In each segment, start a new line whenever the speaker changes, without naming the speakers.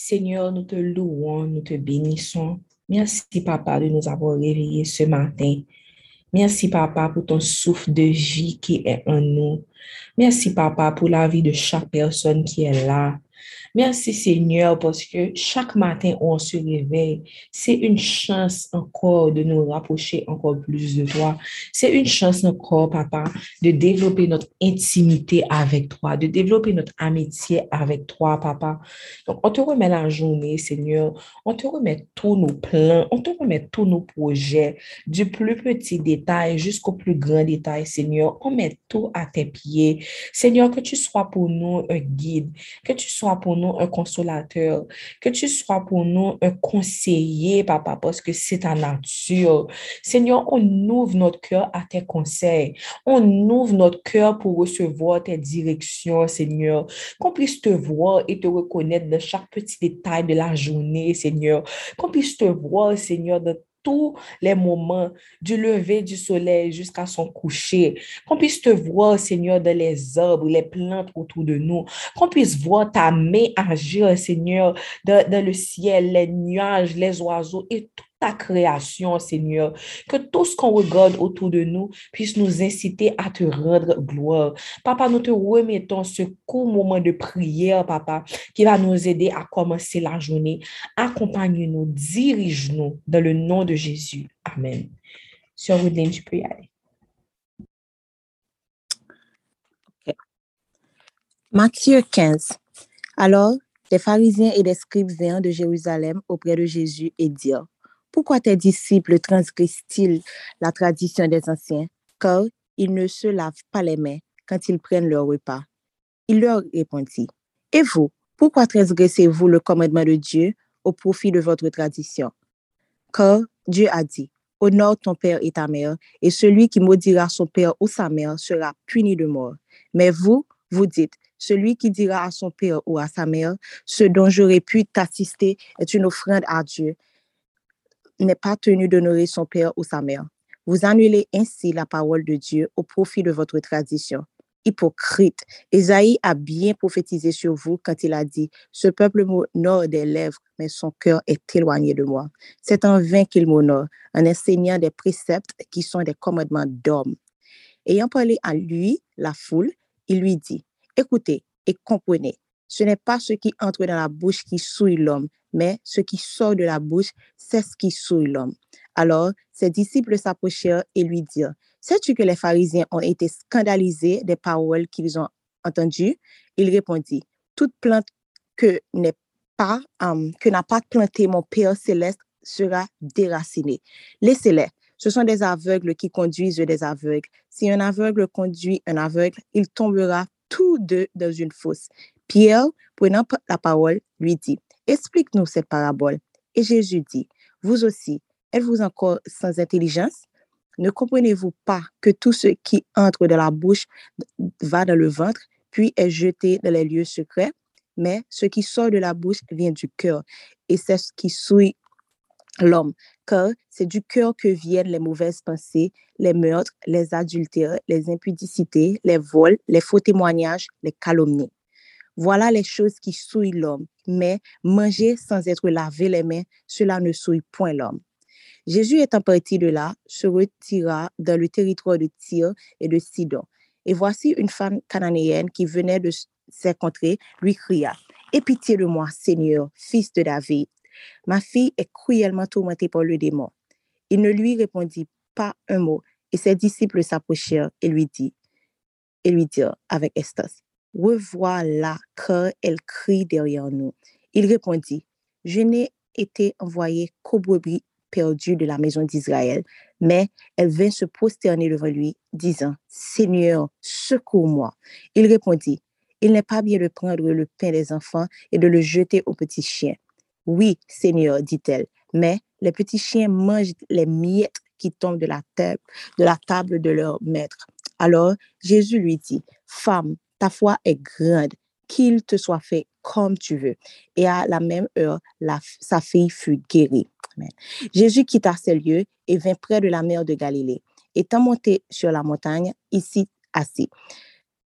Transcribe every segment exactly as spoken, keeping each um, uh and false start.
Seigneur, nous te louons, nous te bénissons. Merci, Papa, de nous avoir réveillés ce matin. Merci, Papa, pour ton souffle de vie qui est en nous. Merci, Papa, pour la vie de chaque personne qui est là. Merci, Seigneur, parce que chaque matin où on se réveille, c'est une chance encore de nous rapprocher encore plus de toi. C'est une chance encore, Papa, de développer notre intimité avec toi, de développer notre amitié avec toi, Papa. Donc, on te remet la journée, Seigneur. On te remet tous nos plans, on te remet tous nos projets, du plus petit détail jusqu'au plus grand détail, Seigneur. On met tout à tes pieds. Seigneur, que tu sois pour nous un guide, que tu sois pour nous un consolateur, que tu sois pour nous un conseiller, Papa, parce que c'est ta nature. Seigneur, on ouvre notre cœur à tes conseils. On ouvre notre cœur pour recevoir tes directions, Seigneur. Qu'on puisse te voir et te reconnaître dans chaque petit détail de la journée, Seigneur. Qu'on puisse te voir, Seigneur, dans tous les moments, du lever du soleil jusqu'à son coucher. Qu'on puisse te voir, Seigneur, dans les arbres, les plantes autour de nous. Qu'on puisse voir ta main agir, Seigneur, dans, dans le ciel, les nuages, les oiseaux et toute ta création, Seigneur. Que tout ce qu'on regarde autour de nous puisse nous inciter à te rendre gloire. Papa, nous te remettons ce court moment de prière, Papa, qui va nous aider à commencer la journée. Accompagne-nous, dirige-nous dans le nom de Jésus. Amen. Sœur Woodline, tu peux y aller.
Okay. Matthieu quinze. Alors, des pharisiens et des scribes vinrent de Jérusalem auprès de Jésus et dirent: Pourquoi tes disciples transgressent-ils la tradition des anciens, car ils ne se lavent pas les mains quand ils prennent leur repas? Il leur répondit: Et vous, pourquoi transgressez-vous le commandement de Dieu au profit de votre tradition? Car Dieu a dit: Honore ton père et ta mère, et celui qui maudira son père ou sa mère sera puni de mort. Mais vous, vous dites: Celui qui dira à son père ou à sa mère, ce dont j'aurais pu t'assister est une offrande à Dieu, n'est pas tenu d'honorer son père ou sa mère. Vous annulez ainsi la parole de Dieu au profit de votre tradition. Hypocrite, Ésaïe a bien prophétisé sur vous quand il a dit: Ce peuple m'honore des lèvres, mais son cœur est éloigné de moi. C'est en vain qu'il m'honore, en enseignant des préceptes qui sont des commandements d'hommes. Ayant parlé à lui, la foule, il lui dit: Écoutez et comprenez, ce n'est pas ce qui entre dans la bouche qui souille l'homme, mais ce qui sort de la bouche, c'est ce qui souille l'homme. Alors, ses disciples s'approchèrent et lui dirent: Sais-tu que les pharisiens ont été scandalisés des paroles qu'ils ont entendues? Il répondit: Toute plante que n'est pas, um, que n'a pas planté mon Père céleste sera déracinée. Laissez-les. Ce sont des aveugles qui conduisent des aveugles. Si un aveugle conduit un aveugle, il tombera tous deux dans une fosse. Pierre, prenant la parole, lui dit: Explique-nous cette parabole. Et Jésus dit: Vous aussi, êtes-vous encore sans intelligence? Ne comprenez-vous pas que tout ce qui entre dans la bouche va dans le ventre, puis est jeté dans les lieux secrets? Mais ce qui sort de la bouche vient du cœur, et c'est ce qui souille l'homme, car c'est du cœur que viennent les mauvaises pensées, les meurtres, les adultères, les impudicités, les vols, les faux témoignages, les calomnies. Voilà les choses qui souillent l'homme, mais manger sans être lavé les mains, cela ne souille point l'homme. Jésus étant parti de là, se retira dans le territoire de Tyr et de Sidon. Et voici une femme cananéenne qui venait de ces contrées, lui cria: Aie pitié de moi, Seigneur, fils de David. Ma fille est cruellement tourmentée par le démon. Il ne lui répondit pas un mot, et ses disciples s'approchèrent et lui dit, et lui dirent avec Estos: Revoilà, car elle crie derrière nous. Il répondit: Je n'ai été envoyé qu'aux brebis perdues de la maison d'Israël. Mais elle vint se prosterner devant lui, disant: Seigneur, secours-moi. Il répondit: Il n'est pas bien de prendre le pain des enfants et de le jeter aux petits chiens. Oui, Seigneur, dit-elle, mais les petits chiens mangent les miettes qui tombent de la table, de la table de leur maître. Alors Jésus lui dit: Femme, ta foi est grande, qu'il te soit fait comme tu veux. Et à la même heure, la, sa fille fut guérie. Amen. Jésus quitta ces lieux et vint près de la mer de Galilée. Étant monté sur la montagne, ici assis.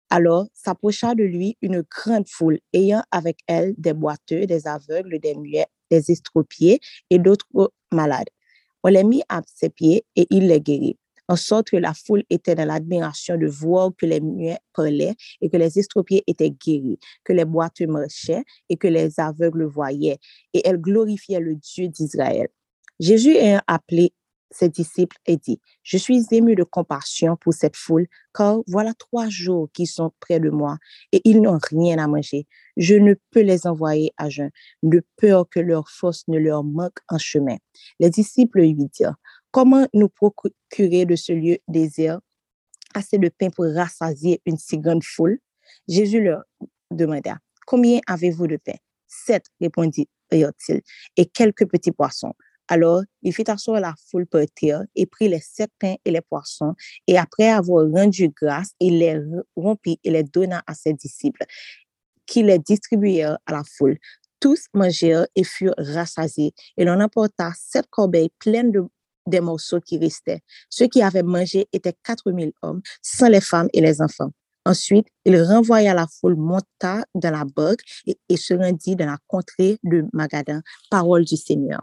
Alors s'approcha de lui une grande foule, ayant avec elle des boiteux, des aveugles, des muets, des estropiés et d'autres malades. On les mit à ses pieds et il les guérit. En sorte que la foule était dans l'admiration de voir que les muets parlaient et que les estropiés étaient guéris, que les boiteux marchaient et que les aveugles voyaient. Et elle glorifiait le Dieu d'Israël. Jésus ayant appelé ses disciples et dit, « Je suis ému de compassion pour cette foule, car voilà trois jours qu'ils sont près de moi et ils n'ont rien à manger. Je ne peux les envoyer à jeun, de peur que leur force ne leur manque en chemin. » Les disciples lui dirent, « Comment nous procurer de ce lieu désert assez de pain pour rassasier une si grande foule? » Jésus leur demanda, « Combien avez-vous de pain? » Sept, répondit-il, et quelques petits poissons. Alors, il fit asseoir la foule par terre et prit les sept pains et les poissons, et après avoir rendu grâce, il les rompit et les donna à ses disciples, qui les distribuèrent à la foule. Tous mangèrent et furent rassasiés, et l'on emporta sept corbeilles pleines de, des morceaux qui restaient. Ceux qui avaient mangé étaient quatre mille hommes, sans les femmes et les enfants. Ensuite, il renvoya la foule, monta dans la barque et, et se rendit dans la contrée de Magadan. Parole du Seigneur.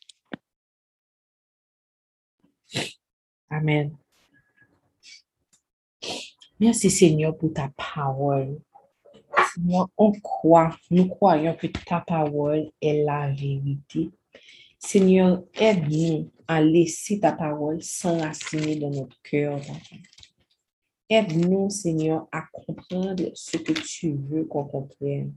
Amen. Merci Seigneur pour ta parole. Seigneur, on croit, nous croyons que ta parole est la vérité. Seigneur, aide-nous à laisser ta parole s'enraciner dans notre cœur. Aide-nous, Seigneur, à comprendre ce que tu veux qu'on comprenne.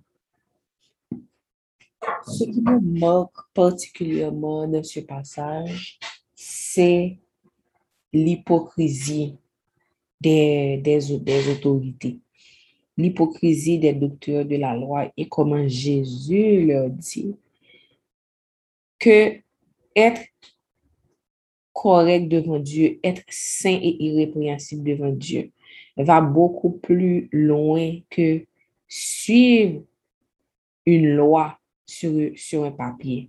Ce qui nous manque particulièrement dans ce passage, c'est l'hypocrisie des, des, des autorités, l'hypocrisie des docteurs de la loi et comment Jésus leur dit que être correct devant Dieu, être saint et irrépréhensible devant Dieu va beaucoup plus loin que suivre une loi sur, sur un papier.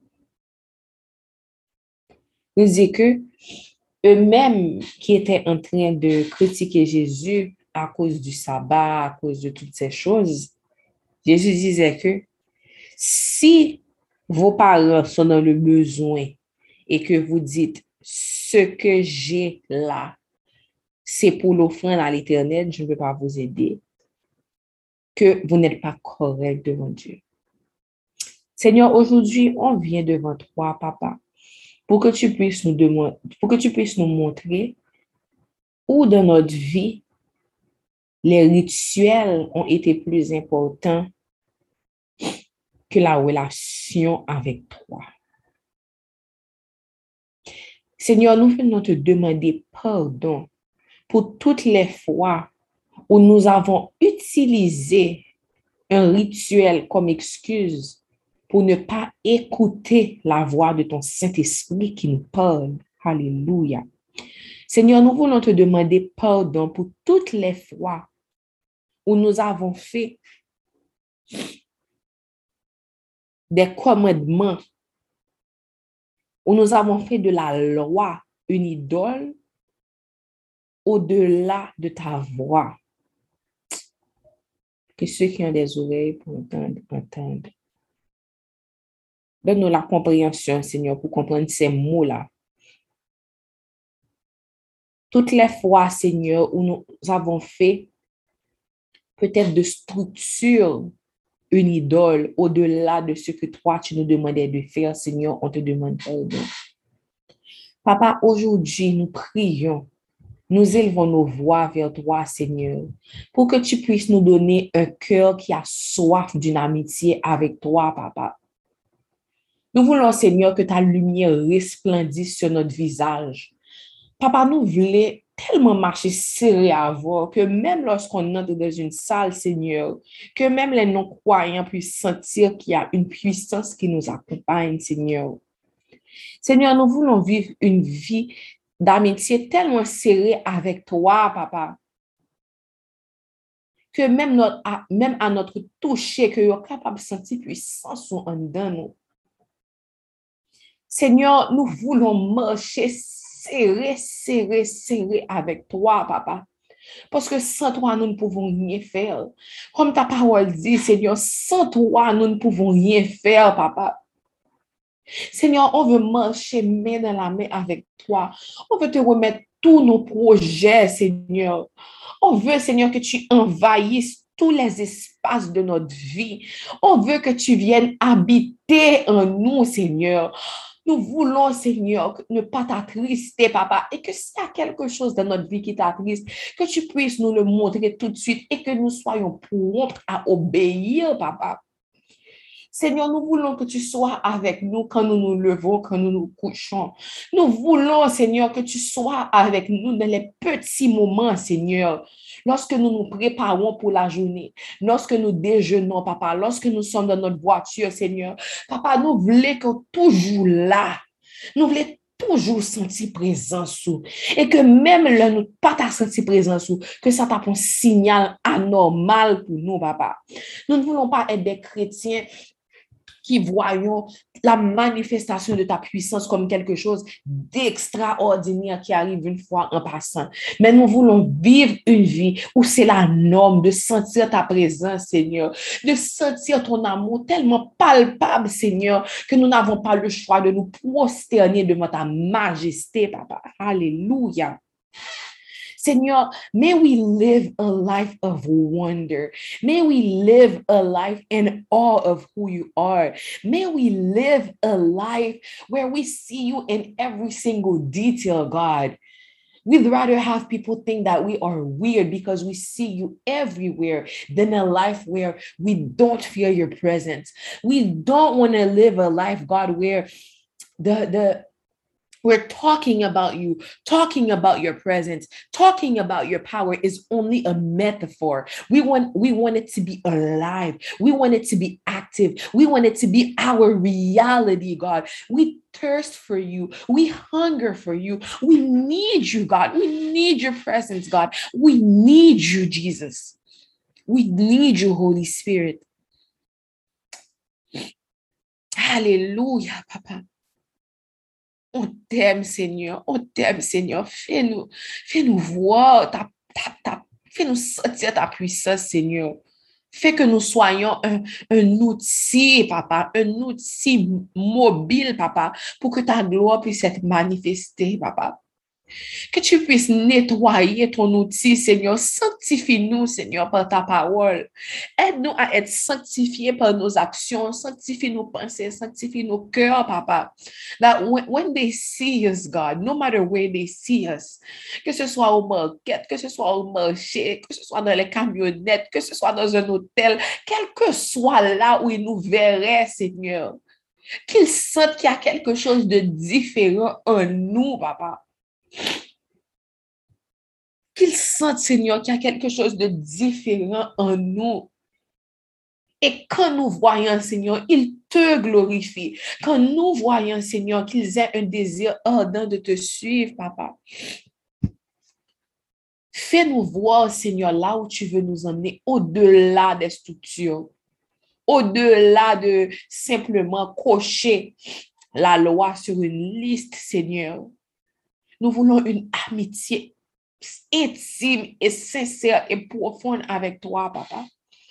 Il dit que eux-mêmes qui étaient en train de critiquer Jésus à cause du sabbat, à cause de toutes ces choses, Jésus disait que si vos parents sont dans le besoin et que vous dites ce que j'ai là, c'est pour l'offrande à l'Éternel, je ne peux pas vous aider, que vous n'êtes pas correct devant Dieu. Seigneur, aujourd'hui, on vient devant toi, Papa, pour que tu puisses nous demander, pour que tu puisses nous montrer où dans notre vie les rituels ont été plus importants que la relation avec toi. Seigneur, nous venons te demander pardon pour toutes les fois où nous avons utilisé un rituel comme excuse pour ne pas écouter la voix de ton Saint-Esprit qui nous parle. Alléluia. Seigneur, nous voulons te demander pardon pour toutes les fois où nous avons fait des commandements, où nous avons fait de la loi une idole au-delà de ta voix. Que ceux qui ont des oreilles pour entendre, entendent. Donne-nous la compréhension, Seigneur, pour comprendre ces mots-là. Toutes les fois, Seigneur, où nous avons fait peut-être de structure une idole au-delà de ce que toi, tu nous demandais de faire, Seigneur, on te demande pardon. Papa, aujourd'hui, nous prions, nous élevons nos voix vers toi, Seigneur, pour que tu puisses nous donner un cœur qui a soif d'une amitié avec toi, Papa. Nous voulons, Seigneur, que ta lumière resplendisse sur notre visage. Papa, nous voulons tellement marcher serré à voir que même lorsqu'on entre dans une salle, Seigneur, que même les non-croyants puissent sentir qu'il y a une puissance qui nous accompagne, Seigneur. Seigneur, nous voulons vivre une vie d'amitié tellement serrée avec toi, Papa, que même, notre, même à notre toucher, que nous sommes capables de sentir puissance en nous. Seigneur, nous voulons marcher serré, serré, serré avec toi, Papa. Parce que sans toi, nous ne pouvons rien faire. Comme ta parole dit, Seigneur, sans toi, nous ne pouvons rien faire, papa. Seigneur, on veut marcher main dans la main avec toi. On veut te remettre tous nos projets, Seigneur. On veut, Seigneur, que tu envahisses tous les espaces de notre vie. On veut que tu viennes habiter en nous, Seigneur. Nous voulons, Seigneur, ne pas t'attrister, papa, et que s'il y a quelque chose dans notre vie qui t'attriste, que tu puisses nous le montrer tout de suite et que nous soyons prompts à obéir, papa. Seigneur, nous voulons que tu sois avec nous quand nous nous levons, quand nous nous couchons. Nous voulons, Seigneur, que tu sois avec nous dans les petits moments, Seigneur. Lorsque nous nous préparons pour la journée, lorsque nous déjeunons, papa, lorsque nous sommes dans notre voiture, Seigneur. Papa, nous voulons que toujours là, nous voulons toujours sentir présence sous. Et que même là, nous pas ta sentir présence sous, que ça tape un signal anormal pour nous, papa. Nous ne voulons pas être des chrétiens qui voyons la manifestation de ta puissance comme quelque chose d'extraordinaire qui arrive une fois en passant. Mais nous voulons vivre une vie où c'est la norme de sentir ta présence, Seigneur, de sentir ton amour tellement palpable, Seigneur, que nous n'avons pas le choix de nous prosterner devant ta majesté, papa. Alléluia. Seigneur, may we live a life of wonder. May we live a life in awe of who you are. May we live a life where we see you in every single detail, God. We'd rather have people think that we are weird because we see you everywhere than a life where we don't feel your presence. We don't want to live a life, God, where the, the, we're talking about you, talking about your presence, talking about your power is only a metaphor. We want, we want it to be alive. We want it to be active. We want it to be our reality, God. We thirst for you. We hunger for you. We need you, God. We need your presence, God. We need you, Jesus. We need you, Holy Spirit. Hallelujah, Papa. On t'aime, Seigneur. On t'aime, Seigneur. Fais-nous, fais-nous voir ta, ta, ta, fais-nous sentir ta puissance, Seigneur. Fais que nous soyons un, un outil, papa, un outil mobile, papa, pour que ta gloire puisse être manifestée, papa. Que tu puisses nettoyer ton outil, Seigneur. Sanctifie-nous, Seigneur, par ta parole. Aide-nous à être sanctifiés par nos actions. Sanctifie nos pensées, sanctifie nos cœurs, Papa. That when, when they see us, God, no matter where they see us, que ce soit au market, que ce soit au marché, que ce soit dans les camionnettes, que ce soit dans un hôtel, quel que soit là où ils nous verraient, Seigneur, qu'ils sentent qu'il y a quelque chose de différent en nous, Papa. Qu'ils sentent, Seigneur, qu'il y a quelque chose de différent en nous. Et quand nous voyons, Seigneur, ils te glorifient. Quand nous voyons, Seigneur, qu'ils aient un désir ardent de te suivre, Papa. Fais-nous voir, Seigneur, là où tu veux nous emmener, au-delà des structures, au-delà de simplement cocher la loi sur une liste, Seigneur. Nous voulons une amitié intime et sincère et profonde avec toi, Papa.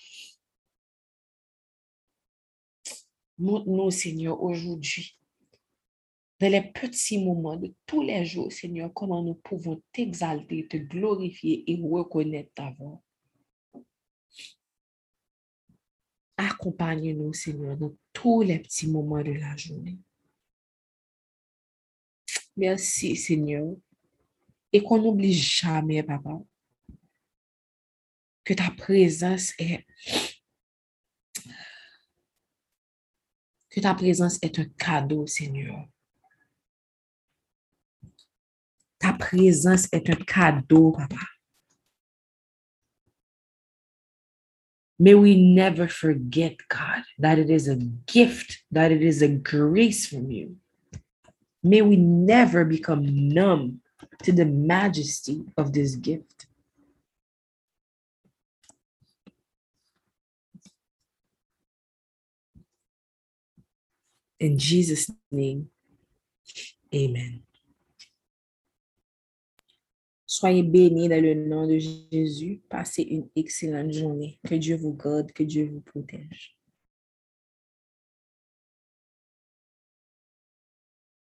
Montre-nous, Seigneur, aujourd'hui, dans les petits moments de tous les jours, Seigneur, comment nous pouvons t'exalter, te glorifier et reconnaître ta voix. Accompagne-nous, Seigneur, dans tous les petits moments de la journée. Merci, Seigneur. Et qu'on n'oublie jamais, Papa, que ta présence est que ta présence est un cadeau, Seigneur. Ta présence est un cadeau, Papa. May we never forget, God, that it is a gift, that it is a grace from you. May we never become numb to the majesty of this gift. In Jesus' name, amen. Soyez bénis dans le nom de Jésus. Passez une excellente journée. Que Dieu vous garde, que Dieu vous protège.